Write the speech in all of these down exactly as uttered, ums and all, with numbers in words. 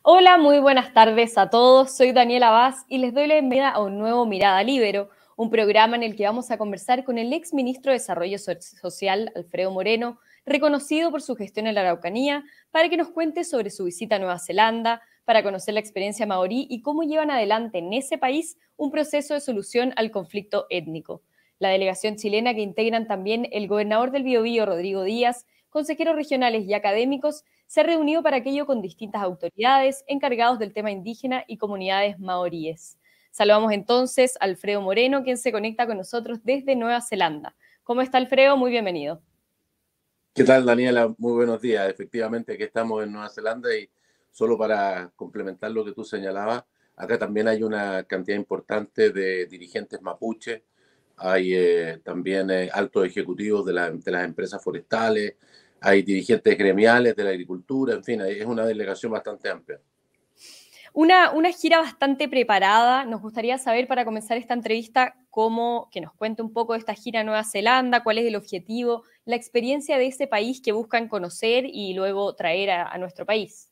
Hola, muy buenas tardes a todos. Soy Daniela Vaz y les doy la bienvenida a un nuevo Mirada Libero, un programa en el que vamos a conversar con el ex ministro de Desarrollo So- Social, Alfredo Moreno, reconocido por su gestión en la Araucanía, para que nos cuente sobre su visita a Nueva Zelanda, para conocer la experiencia maorí y cómo llevan adelante en ese país un proceso de solución al conflicto étnico. La delegación chilena que integran también el gobernador del Biobío, Rodrigo Díaz, consejeros regionales y académicos, se ha reunido para aquello con distintas autoridades encargados del tema indígena y comunidades maoríes. Saludamos entonces a Alfredo Moreno, quien se conecta con nosotros desde Nueva Zelanda. ¿Cómo está, Alfredo? Muy bienvenido. ¿Qué tal, Daniela? Muy buenos días. Efectivamente, aquí estamos en Nueva Zelanda y solo para complementar lo que tú señalabas, acá también hay una cantidad importante de dirigentes mapuche, hay eh, también eh, altos ejecutivos de, la- de las empresas forestales, hay dirigentes gremiales de la agricultura, en fin, es una delegación bastante amplia. Una, una gira bastante preparada. Nos gustaría saber, para comenzar esta entrevista, cómo, que nos cuente un poco de esta gira a Nueva Zelanda, cuál es el objetivo, la experiencia de ese país que buscan conocer y luego traer a, a nuestro país.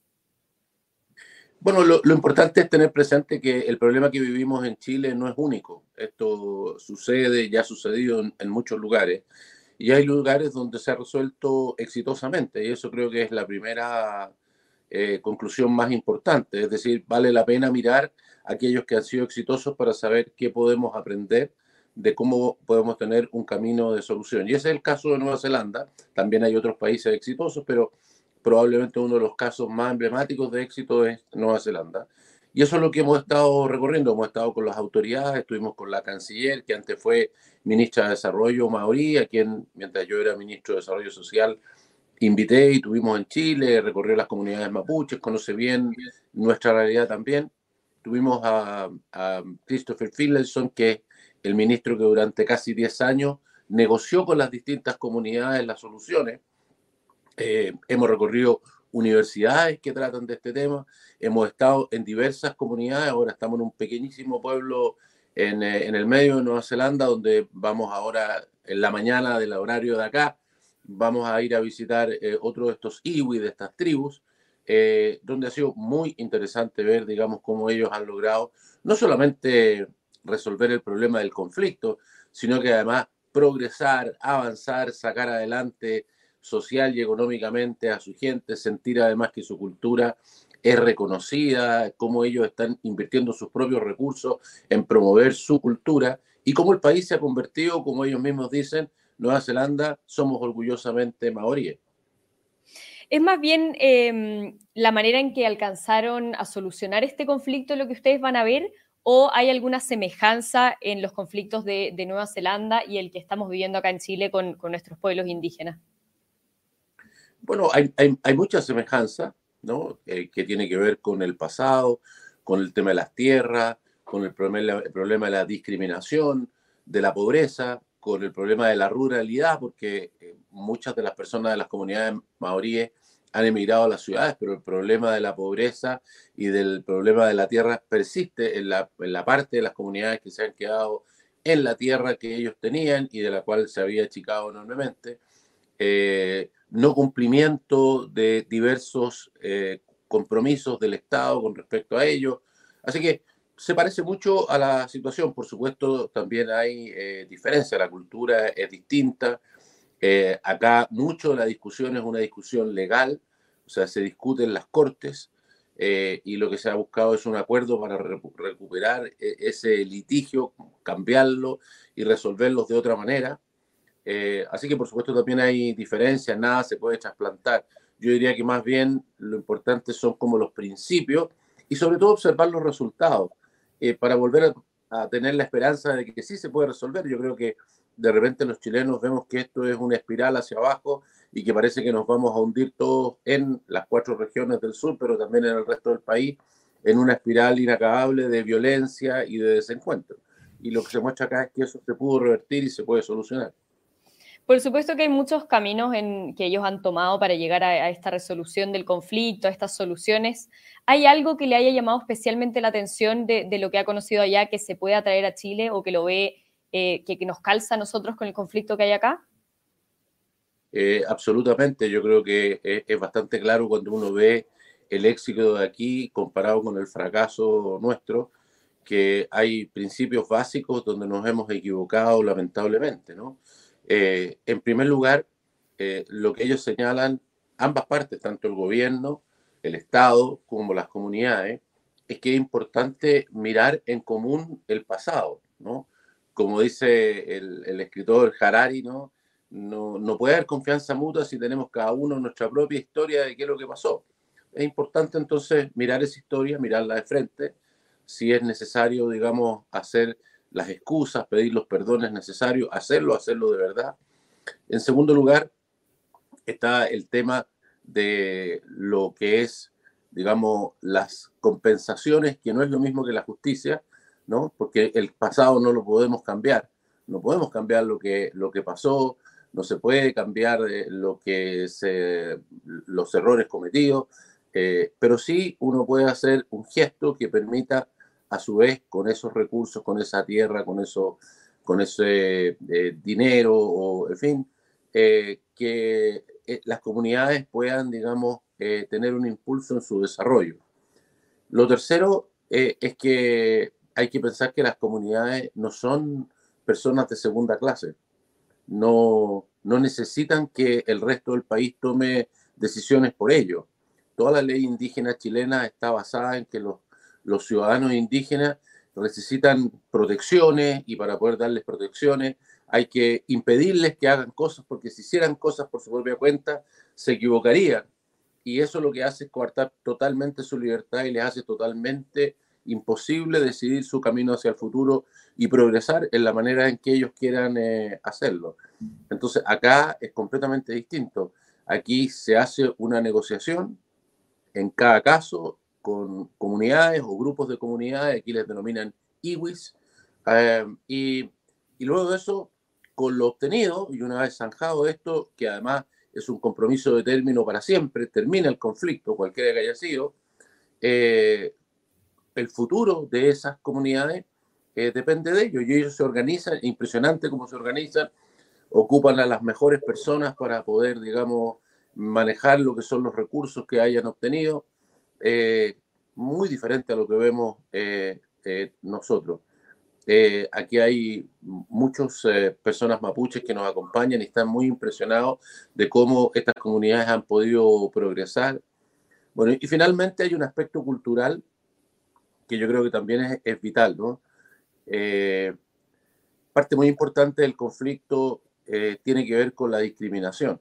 Bueno, lo, lo importante es tener presente que el problema que vivimos en Chile no es único. Esto sucede, ya ha sucedido en, en muchos lugares. Y hay lugares donde se ha resuelto exitosamente, y eso creo que es la primera eh, conclusión más importante. Es decir, vale la pena mirar a aquellos que han sido exitosos para saber qué podemos aprender de cómo podemos tener un camino de solución. Y ese es el caso de Nueva Zelanda. También hay otros países exitosos, pero probablemente uno de los casos más emblemáticos de éxito es Nueva Zelanda. Y eso es lo que hemos estado recorriendo. Hemos estado con las autoridades, estuvimos con la canciller, que antes fue ministra de Desarrollo maorí, a quien, mientras yo era ministro de Desarrollo Social, invité y tuvimos en Chile, recorrió las comunidades mapuches, conoce bien nuestra realidad también. Tuvimos a, a Christopher Finlayson, que es el ministro que durante casi diez años negoció con las distintas comunidades las soluciones. Eh, hemos recorrido universidades que tratan de este tema, hemos estado en diversas comunidades, ahora estamos en un pequeñísimo pueblo en, eh, en el medio de Nueva Zelanda, donde vamos ahora en la mañana del horario de acá, vamos a ir a visitar eh, otro de estos iwi, de estas tribus, eh, donde ha sido muy interesante ver, digamos, cómo ellos han logrado no solamente resolver el problema del conflicto, sino que además progresar, avanzar, sacar adelante social y económicamente a su gente, sentir además que su cultura es reconocida, cómo ellos están invirtiendo sus propios recursos en promover su cultura y cómo el país se ha convertido, como ellos mismos dicen, Nueva Zelanda, somos orgullosamente maoríes. Es más bien eh, la manera en que alcanzaron a solucionar este conflicto lo que ustedes van a ver, o hay alguna semejanza en los conflictos de, de Nueva Zelanda y el que estamos viviendo acá en Chile con, con nuestros pueblos indígenas. Bueno, hay, hay, hay mucha semejanza, ¿no? Eh, que tiene que ver con el pasado, con el tema de las tierras, con el problema, el problema de la discriminación, de la pobreza, con el problema de la ruralidad, porque eh, muchas de las personas de las comunidades maoríes han emigrado a las ciudades, pero el problema de la pobreza y del problema de la tierra persiste en la, en la parte de las comunidades que se han quedado en la tierra que ellos tenían y de la cual se había achicado enormemente. Eh, no cumplimiento de diversos eh, compromisos del Estado con respecto a ello. Así que se parece mucho a la situación. Por supuesto, también hay eh, diferencia, la cultura es distinta. Eh, acá mucho de la discusión es una discusión legal, o sea, se discute en las cortes eh, y lo que se ha buscado es un acuerdo para re recuperar eh, ese litigio, cambiarlo y resolverlos de otra manera. Eh, así que por supuesto también hay diferencias, nada se puede trasplantar. Yo diría que más bien lo importante son como los principios y sobre todo observar los resultados eh, para volver a, a, tener la esperanza de que sí se puede resolver. Yo creo que de repente los chilenos vemos que esto es una espiral hacia abajo y que parece que nos vamos a hundir todos en las cuatro regiones del sur, pero también en el resto del país, en una espiral inacabable de violencia y de desencuentro. Y lo que se muestra acá es que eso se pudo revertir y se puede solucionar. Por supuesto que hay muchos caminos en, que ellos han tomado para llegar a, a esta resolución del conflicto, a estas soluciones. ¿Hay algo que le haya llamado especialmente la atención de, de lo que ha conocido allá que se pueda traer a Chile o que lo ve, eh, que, que nos calza a nosotros con el conflicto que hay acá? Eh, absolutamente, yo creo que es, es, bastante claro cuando uno ve el éxito de aquí comparado con el fracaso nuestro, que hay principios básicos donde nos hemos equivocado lamentablemente, ¿no? Eh, en primer lugar, eh, lo que ellos señalan, ambas partes, tanto el gobierno, el Estado, como las comunidades, es que es importante mirar en común el pasado, ¿no? Como dice el, el escritor Harari, ¿no? No, no puede haber confianza mutua si tenemos cada uno nuestra propia historia de qué es lo que pasó. Es importante entonces mirar esa historia, mirarla de frente, si es necesario, digamos, hacer las excusas, pedir los perdones necesarios, hacerlo, hacerlo de verdad. En segundo lugar, está el tema de lo que es, digamos, las compensaciones, que no es lo mismo que la justicia, ¿no? Porque el pasado no lo podemos cambiar, no podemos cambiar lo que, lo que pasó, no se puede cambiar lo que se, los errores cometidos, eh, pero sí uno puede hacer un gesto que permita, a su vez, con esos recursos, con esa tierra, con, eso, con ese eh, dinero, o en fin, eh, que eh, las comunidades puedan, digamos, eh, tener un impulso en su desarrollo. Lo tercero eh, es que hay que pensar que las comunidades no son personas de segunda clase, no, no necesitan que el resto del país tome decisiones por ellos. Toda la ley indígena chilena está basada en que los, los ciudadanos indígenas necesitan protecciones, y para poder darles protecciones hay que impedirles que hagan cosas, porque si hicieran cosas por su propia cuenta se equivocarían. Y eso lo que hace es coartar totalmente su libertad y les hace totalmente imposible decidir su camino hacia el futuro y progresar en la manera en que ellos quieran eh, hacerlo. Entonces acá es completamente distinto. Aquí se hace una negociación en cada caso con comunidades o grupos de comunidades, aquí les denominan iwis, eh, y, y luego de eso, con lo obtenido, y una vez zanjado esto, que además es un compromiso de término para siempre, termina el conflicto, cualquiera que haya sido, eh, el futuro de esas comunidades eh, depende de ellos, y ellos se organizan, impresionante cómo se organizan, ocupan a las mejores personas para poder, digamos, manejar lo que son los recursos que hayan obtenido, eh, muy diferente a lo que vemos eh, eh, nosotros. Eh, aquí hay muchas eh, personas mapuches que nos acompañan y están muy impresionados de cómo estas comunidades han podido progresar. Bueno, y finalmente hay un aspecto cultural que yo creo que también es, es vital, ¿no? Eh, parte muy importante del conflicto eh, tiene que ver con la discriminación.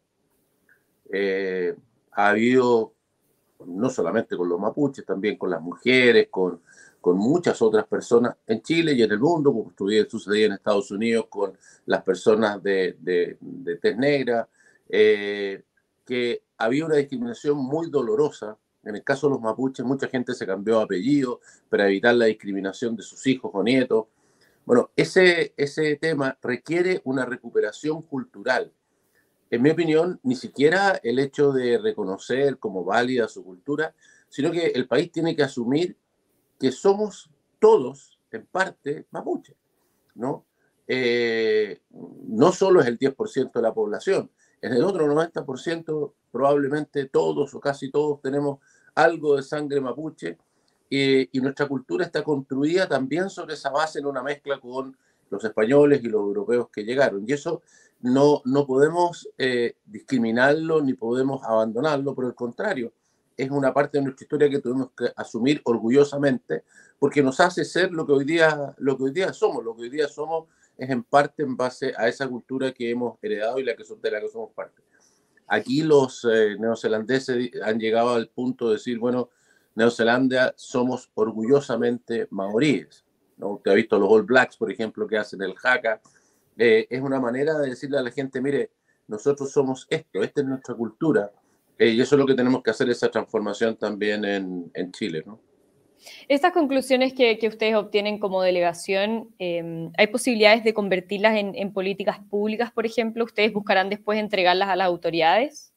Eh, ha habido, no solamente con los mapuches, también con las mujeres, con, con muchas otras personas en Chile y en el mundo, como sucedía en Estados Unidos con las personas de, de, de tez negra, eh, que había una discriminación muy dolorosa. En el caso de los mapuches, mucha gente se cambió de apellido para evitar la discriminación de sus hijos o nietos. Bueno, ese, ese tema requiere una recuperación cultural. En mi opinión, ni siquiera el hecho de reconocer como válida su cultura, sino que el país tiene que asumir que somos todos, en parte, mapuches, ¿no? Eh, no solo es el diez por ciento de la población, en el otro noventa por ciento probablemente todos o casi todos tenemos algo de sangre mapuche, eh, y nuestra cultura está construida también sobre esa base en una mezcla con los españoles y los europeos que llegaron. Y eso no, no podemos eh, discriminarlo ni podemos abandonarlo, por el contrario, es una parte de nuestra historia que tuvimos que asumir orgullosamente, porque nos hace ser lo que hoy día, lo que hoy día somos. Lo que hoy día somos es en parte en base a esa cultura que hemos heredado y la que, de la que somos parte. Aquí los eh, neozelandeses han llegado al punto de decir, bueno, Neozelanda somos orgullosamente maoríes, ¿no? Usted ha visto los All Blacks, por ejemplo, que hacen el haka. Eh, es una manera de decirle a la gente, mire, nosotros somos esto, esta es nuestra cultura. Eh, y eso es lo que tenemos que hacer, esa transformación también en, en Chile, ¿no? Estas conclusiones que, que ustedes obtienen como delegación, eh, ¿hay posibilidades de convertirlas en, en políticas públicas, por ejemplo? ¿Ustedes buscarán después entregarlas a las autoridades?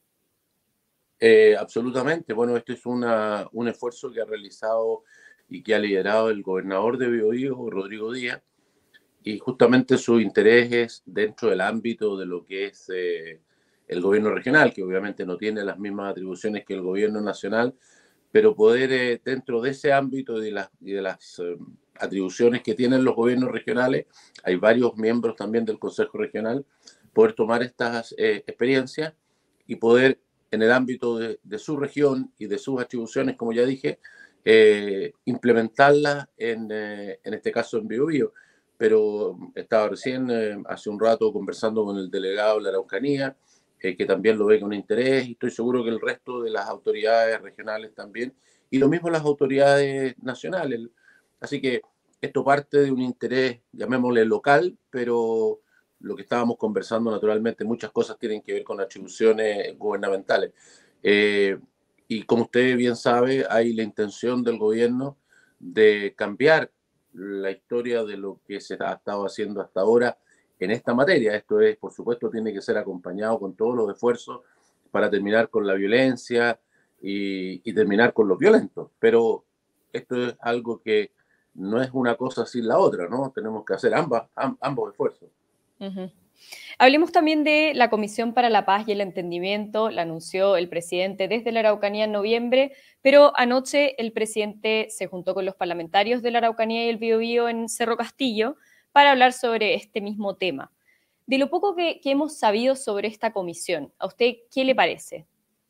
Eh, absolutamente. Bueno, este es una, un esfuerzo que ha realizado y que ha liderado el gobernador de Biobío, Rodrigo Díaz, y justamente su interés es dentro del ámbito de lo que es eh, el gobierno regional, que obviamente no tiene las mismas atribuciones que el gobierno nacional, pero poder eh, dentro de ese ámbito y de las, y de las eh, atribuciones que tienen los gobiernos regionales, hay varios miembros también del Consejo Regional, poder tomar estas eh, experiencias y poder en el ámbito de, de su región y de sus atribuciones, como ya dije, eh, implementarlas en, eh, en este caso en Biobío. Pero estaba recién, eh, hace un rato, conversando con el delegado de la Araucanía, eh, que también lo ve con interés, y estoy seguro que el resto de las autoridades regionales también, y lo mismo las autoridades nacionales. Así que esto parte de un interés, llamémosle local, pero lo que estábamos conversando, naturalmente, muchas cosas tienen que ver con atribuciones gubernamentales. Eh, y como usted bien sabe, hay la intención del gobierno de cambiar la historia de lo que se ha estado haciendo hasta ahora en esta materia. Esto es, por supuesto, tiene que ser acompañado con todos los esfuerzos para terminar con la violencia y, y terminar con los violentos. Pero esto es algo que no es una cosa sin la otra, ¿no? Tenemos que hacer ambas, am, ambos esfuerzos. Uh-huh. Hablemos también de la Comisión para la Paz y el Entendimiento, la anunció el presidente desde la Araucanía en noviembre, pero anoche el presidente se juntó con los parlamentarios de la Araucanía y el Biobío en Cerro Castillo para hablar sobre este mismo tema. De lo poco que, que hemos sabido sobre esta comisión, ¿a usted qué le parece?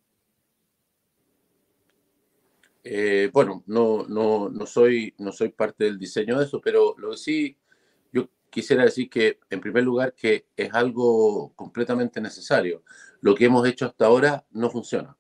Eh, bueno, no, no, no, soy, no soy parte del diseño de eso, pero lo que sí, yo quisiera decir que, en primer lugar, que es algo completamente necesario. Lo que hemos hecho hasta ahora no funciona.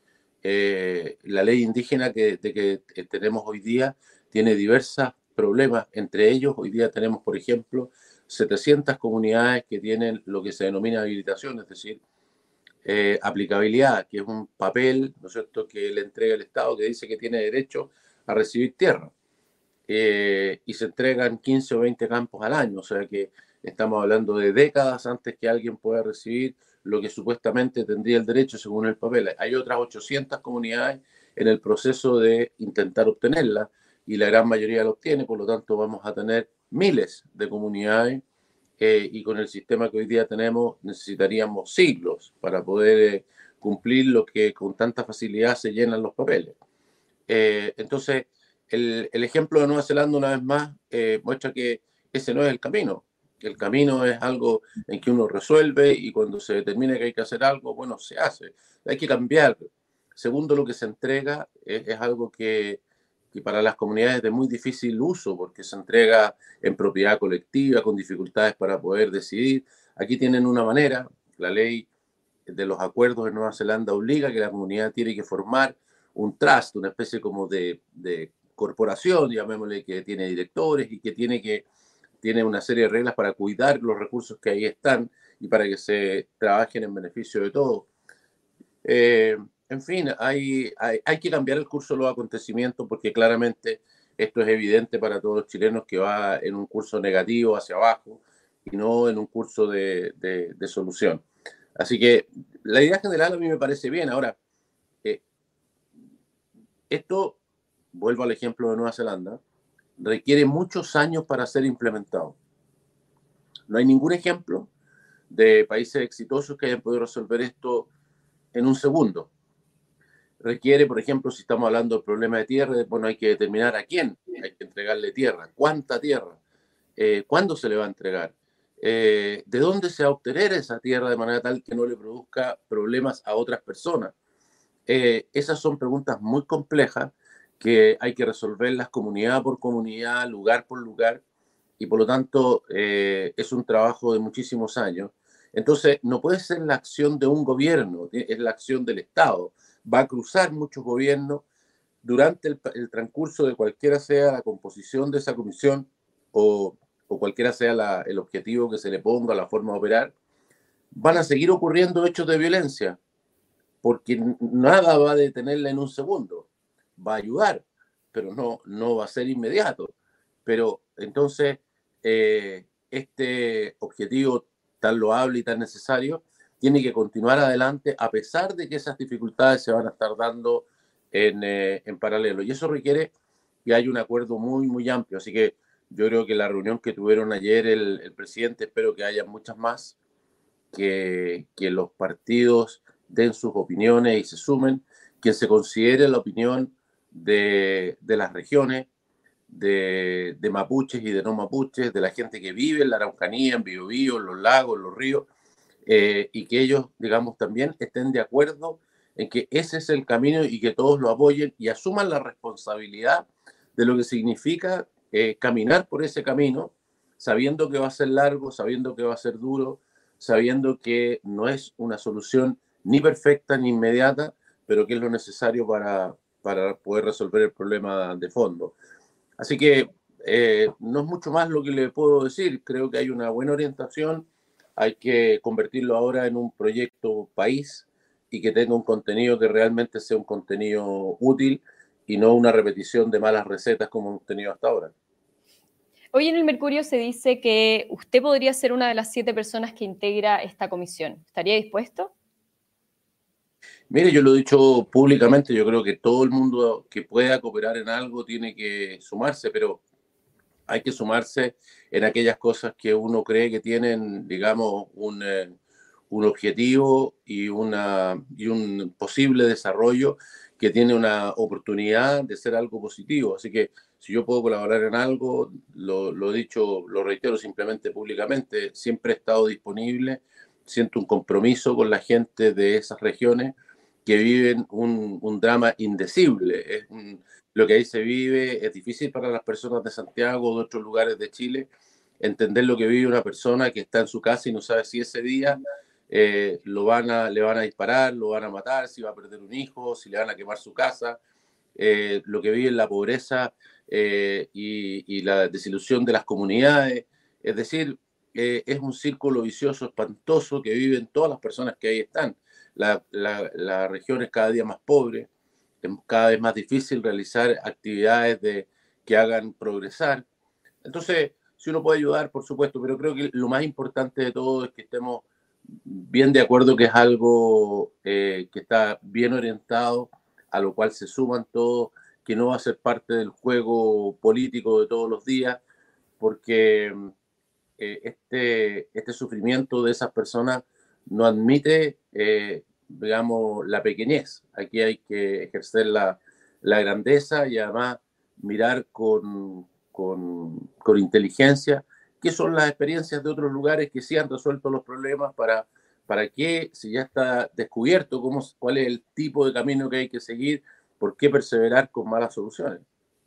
Eh, la ley indígena que, de que tenemos hoy día tiene diversos problemas. Entre ellos, hoy día tenemos, por ejemplo, setecientas comunidades que tienen lo que se denomina habilitación, es decir, eh, aplicabilidad, que es un papel, ¿no es cierto?, que le entrega el Estado, que dice que tiene derecho a recibir tierra. Eh, y se entregan quince o veinte campos al año, o sea que estamos hablando de décadas antes que alguien pueda recibir lo que supuestamente tendría el derecho según el papel. Hay otras ochocientas comunidades en el proceso de intentar obtenerla y la gran mayoría lo obtiene, por lo tanto vamos a tener miles de comunidades eh, y con el sistema que hoy día tenemos necesitaríamos siglos para poder eh, cumplir lo que con tanta facilidad se llenan los papeles. Eh, entonces, el, el, ejemplo de Nueva Zelanda, una vez más, eh, muestra que ese no es el camino. El camino es algo en que uno resuelve y cuando se determina que hay que hacer algo, bueno, se hace. Hay que cambiar. Segundo, lo que se entrega es, es algo que, que para las comunidades es de muy difícil uso porque se entrega en propiedad colectiva, con dificultades para poder decidir. Aquí tienen una manera, la ley de los acuerdos de Nueva Zelanda obliga que la comunidad tiene que formar un trust, una especie como de, de corporación, llamémosle, que tiene directores y que tiene, que tiene una serie de reglas para cuidar los recursos que ahí están y para que se trabajen en beneficio de todos. Eh, en fin, hay, hay, hay que cambiar el curso de los acontecimientos porque claramente esto es evidente para todos los chilenos que va en un curso negativo hacia abajo y no en un curso de, de, de solución. Así que la idea general a mí me parece bien. Ahora, eh, esto, vuelvo al ejemplo de Nueva Zelanda, requiere muchos años para ser implementado. No hay ningún ejemplo de países exitosos que hayan podido resolver esto en un segundo. Requiere, por ejemplo, si estamos hablando del problema de tierra, bueno, hay que determinar a quién hay que entregarle tierra, cuánta tierra, eh, cuándo se le va a entregar, eh, de dónde se va a obtener esa tierra de manera tal que no le produzca problemas a otras personas. Eh, esas son preguntas muy complejas que hay que resolverlas comunidad por comunidad, lugar por lugar, y por lo tanto eh, es un trabajo de muchísimos años. Entonces, no puede ser la acción de un gobierno, es la acción del Estado. Va a cruzar muchos gobiernos durante el, el transcurso de cualquiera sea la composición de esa comisión o, o cualquiera sea la, el objetivo que se le ponga, la forma de operar, van a seguir ocurriendo hechos de violencia porque nada va a detenerla en un segundo. Va a ayudar, pero no, no va a ser inmediato. Pero entonces, eh, este objetivo tan loable y tan necesario tiene que continuar adelante a pesar de que esas dificultades se van a estar dando en, eh, en paralelo. Y eso requiere que haya un acuerdo muy, muy amplio. Así que yo creo que la reunión que tuvieron ayer el, el presidente, espero que haya muchas más, que, que los partidos den sus opiniones y se sumen, quien se considere la opinión de, de las regiones, de, de mapuches y de no mapuches, de la gente que vive en la Araucanía, en Biobío, en los lagos, en los ríos, eh, y que ellos, digamos, también estén de acuerdo en que ese es el camino y que todos lo apoyen y asuman la responsabilidad de lo que significa eh, caminar por ese camino, sabiendo que va a ser largo, sabiendo que va a ser duro, sabiendo que no es una solución ni perfecta ni inmediata, pero que es lo necesario para, para poder resolver el problema de fondo. Así que eh, no es mucho más lo que le puedo decir. Creo que hay una buena orientación, hay que convertirlo ahora en un proyecto país y que tenga un contenido que realmente sea un contenido útil y no una repetición de malas recetas como hemos tenido hasta ahora. Hoy en el Mercurio se dice que usted podría ser una de las siete personas que integra esta comisión. ¿Estaría dispuesto? Mire, yo lo he dicho públicamente, yo creo que todo el mundo que pueda cooperar en algo tiene que sumarse, pero hay que sumarse en aquellas cosas que uno cree que tienen, digamos, un, eh, un objetivo y, una, y un posible desarrollo que tiene una oportunidad de ser algo positivo. Así que si yo puedo colaborar en algo, lo, lo he dicho, lo reitero simplemente públicamente, siempre he estado disponible, siento un compromiso con la gente de esas regiones que viven un, un drama indecible. Es un, lo que ahí se vive es difícil para las personas de Santiago o de otros lugares de Chile entender lo que vive una persona que está en su casa y no sabe si ese día eh, lo van a, le van a disparar, lo van a matar, si va a perder un hijo, si le van a quemar su casa, eh, lo que vive en la pobreza eh, y, y la desilusión de las comunidades. Es decir, eh, es un círculo vicioso espantoso que viven todas las personas que ahí están. La, la, la región es cada día más pobre, es cada vez más difícil realizar actividades de, que hagan progresar. Entonces, si uno puede ayudar, por supuesto, pero creo que lo más importante de todo es que estemos bien de acuerdo que es algo eh, que está bien orientado, a lo cual se suman todos, que no va a ser parte del juego político de todos los días, porque eh, este, este sufrimiento de esas personas no admite, eh, digamos, la pequeñez. Aquí hay que ejercer la, la grandeza y además mirar con, con, con inteligencia qué son las experiencias de otros lugares que sí han resuelto los problemas para, para qué, si ya está descubierto cómo, cuál es el tipo de camino que hay que seguir, por qué perseverar con malas soluciones.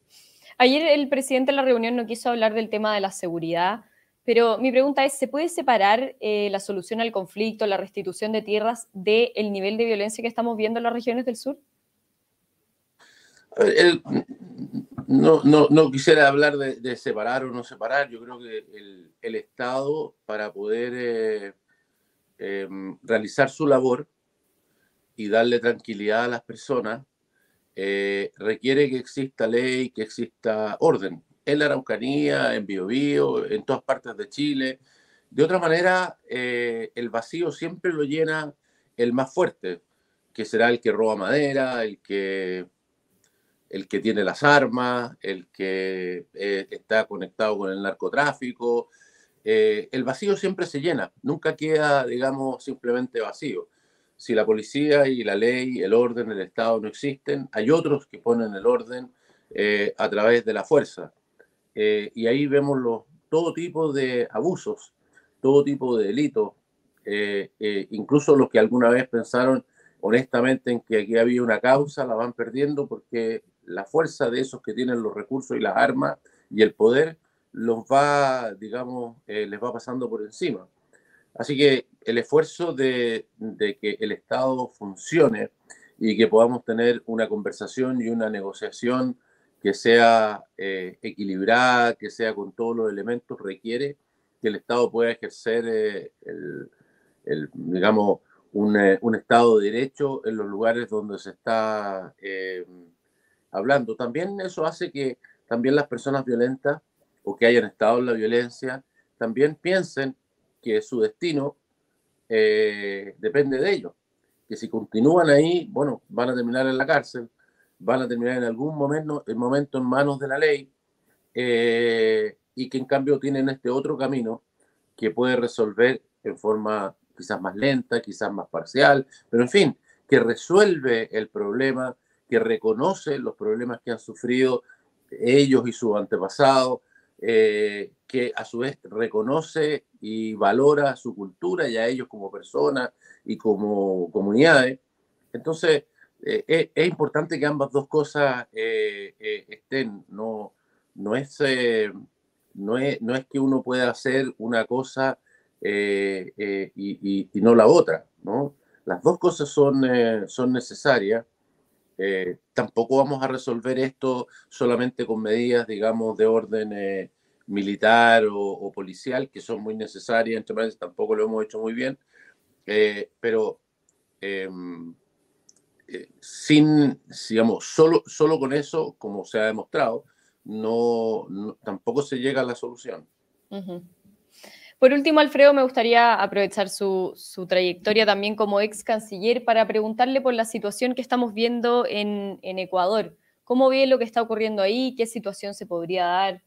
Ayer el presidente en la reunión no quiso hablar del tema de la seguridad, pero mi pregunta es, ¿se puede separar eh, la solución al conflicto, la restitución de tierras, del nivel de violencia que estamos viendo en las regiones del sur? El, no, no, no quisiera hablar de, de separar o no separar. Yo creo que el, el Estado, para poder eh, eh, realizar su labor y darle tranquilidad a las personas, eh, requiere que exista ley, que exista orden. En la Araucanía, en Biobío, en todas partes de Chile. De otra manera, eh, el vacío siempre lo llena el más fuerte, que será el que roba madera, el que el que tiene las armas, el que eh, está conectado con el narcotráfico. Eh, el vacío siempre se llena, nunca queda, digamos, simplemente vacío. Si la policía y la ley, el orden, el Estado no existen, hay otros que ponen el orden eh, a través de la fuerza. Eh, y ahí vemos los, todo tipo de abusos, todo tipo de delitos, eh, eh, incluso los que alguna vez pensaron honestamente en que aquí había una causa, la van perdiendo porque la fuerza de esos que tienen los recursos y las armas y el poder los va, digamos, eh, les va pasando por encima. Así que el esfuerzo de, de que el Estado funcione y que podamos tener una conversación y una negociación que sea eh, equilibrada, que sea con todos los elementos, requiere que el Estado pueda ejercer eh, el, el, digamos, un, eh, un Estado de Derecho en los lugares donde se está eh, hablando. También eso hace que también las personas violentas o que hayan estado en la violencia también piensen que su destino eh, depende de ellos, que si continúan ahí, bueno, van a terminar en la cárcel, van a terminar en algún momento, en, momento en manos de la ley, eh, y que en cambio tienen este otro camino que puede resolver en forma quizás más lenta, quizás más parcial, pero en fin, que resuelve el problema, que reconoce los problemas que han sufrido ellos y sus antepasados, eh, que a su vez reconoce y valora su cultura y a ellos como personas y como comunidades. Entonces, eh, es, es importante que ambas dos cosas eh, eh, estén. No, no, es, eh, no, es, no es que uno pueda hacer una cosa eh, eh, y, y, y no la otra, ¿no? Las dos cosas son, eh, son necesarias. Eh, tampoco vamos a resolver esto solamente con medidas, digamos, de orden eh, militar o, o policial, que son muy necesarias, entre paréntesis, tampoco lo hemos hecho muy bien, eh, pero eh, eh, sin, digamos, solo, solo con eso, como se ha demostrado, no, no tampoco se llega a la solución. Uh-huh. Por último, Alfredo, me gustaría aprovechar su, su trayectoria también como ex canciller para preguntarle por la situación que estamos viendo en, en Ecuador. ¿Cómo ve lo que está ocurriendo ahí? ¿Qué situación se podría dar?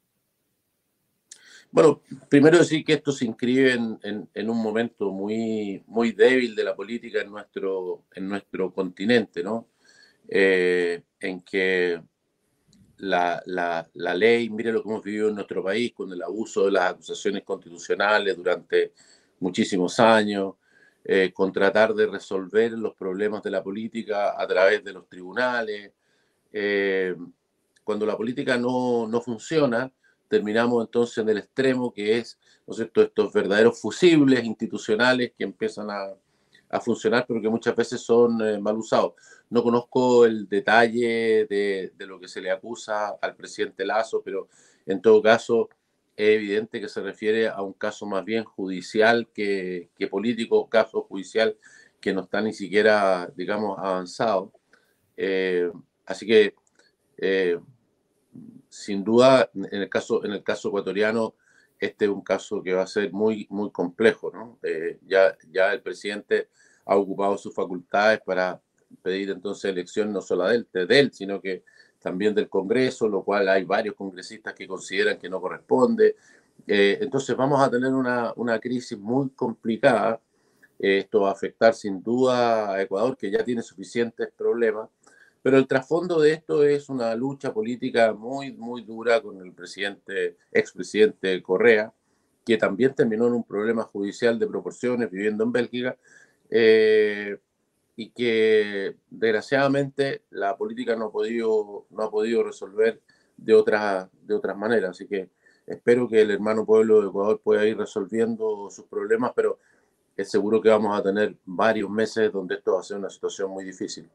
Bueno, primero decir que esto se inscribe en, en, en un momento muy, muy débil de la política en nuestro, en nuestro continente, ¿no? Eh, en que La, la, la ley, mire lo que hemos vivido en nuestro país con el abuso de las acusaciones constitucionales durante muchísimos años, eh, con tratar de resolver los problemas de la política a través de los tribunales. Eh, cuando la política no, no funciona, terminamos entonces en el extremo que es, ¿no es cierto?, estos verdaderos fusibles institucionales que empiezan a, a funcionar, pero que muchas veces son eh, mal usados. No conozco el detalle de, de lo que se le acusa al presidente Lasso, pero en todo caso es evidente que se refiere a un caso más bien judicial que, que político, caso judicial que no está ni siquiera, digamos, avanzado. Eh, así que, eh, sin duda, en el caso, en el caso ecuatoriano, este es un caso que va a ser muy, muy complejo, ¿no? Eh, ya, ya el presidente ha ocupado sus facultades para pedir entonces elección no solo de él, de él, sino que también del Congreso, lo cual hay varios congresistas que consideran que no corresponde. Eh, entonces vamos a tener una, una crisis muy complicada. Eh, esto va a afectar sin duda a Ecuador, que ya tiene suficientes problemas, pero el trasfondo de esto es una lucha política muy, muy dura con el presidente, expresidente Correa, que también terminó en un problema judicial de proporciones viviendo en Bélgica, eh, y que desgraciadamente la política no ha podido, no ha podido resolver de otras, de otras maneras. Así que espero que el hermano pueblo de Ecuador pueda ir resolviendo sus problemas, pero es seguro que vamos a tener varios meses donde esto va a ser una situación muy difícil.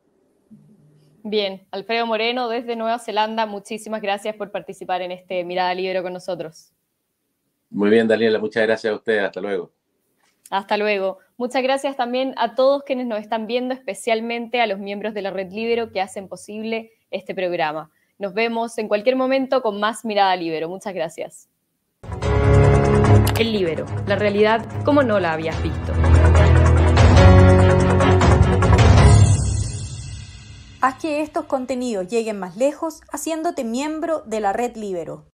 Bien, Alfredo Moreno desde Nueva Zelanda, muchísimas gracias por participar en este Mirada Libre con nosotros. Muy bien, Daniela, muchas gracias a ustedes, hasta luego. Hasta luego. Muchas gracias también a todos quienes nos están viendo, especialmente a los miembros de la Red Libero que hacen posible este programa. Nos vemos en cualquier momento con más Mirada Libero. Muchas gracias. El Libero, la realidad como no la habías visto. Haz que estos contenidos lleguen más lejos haciéndote miembro de la Red Libero.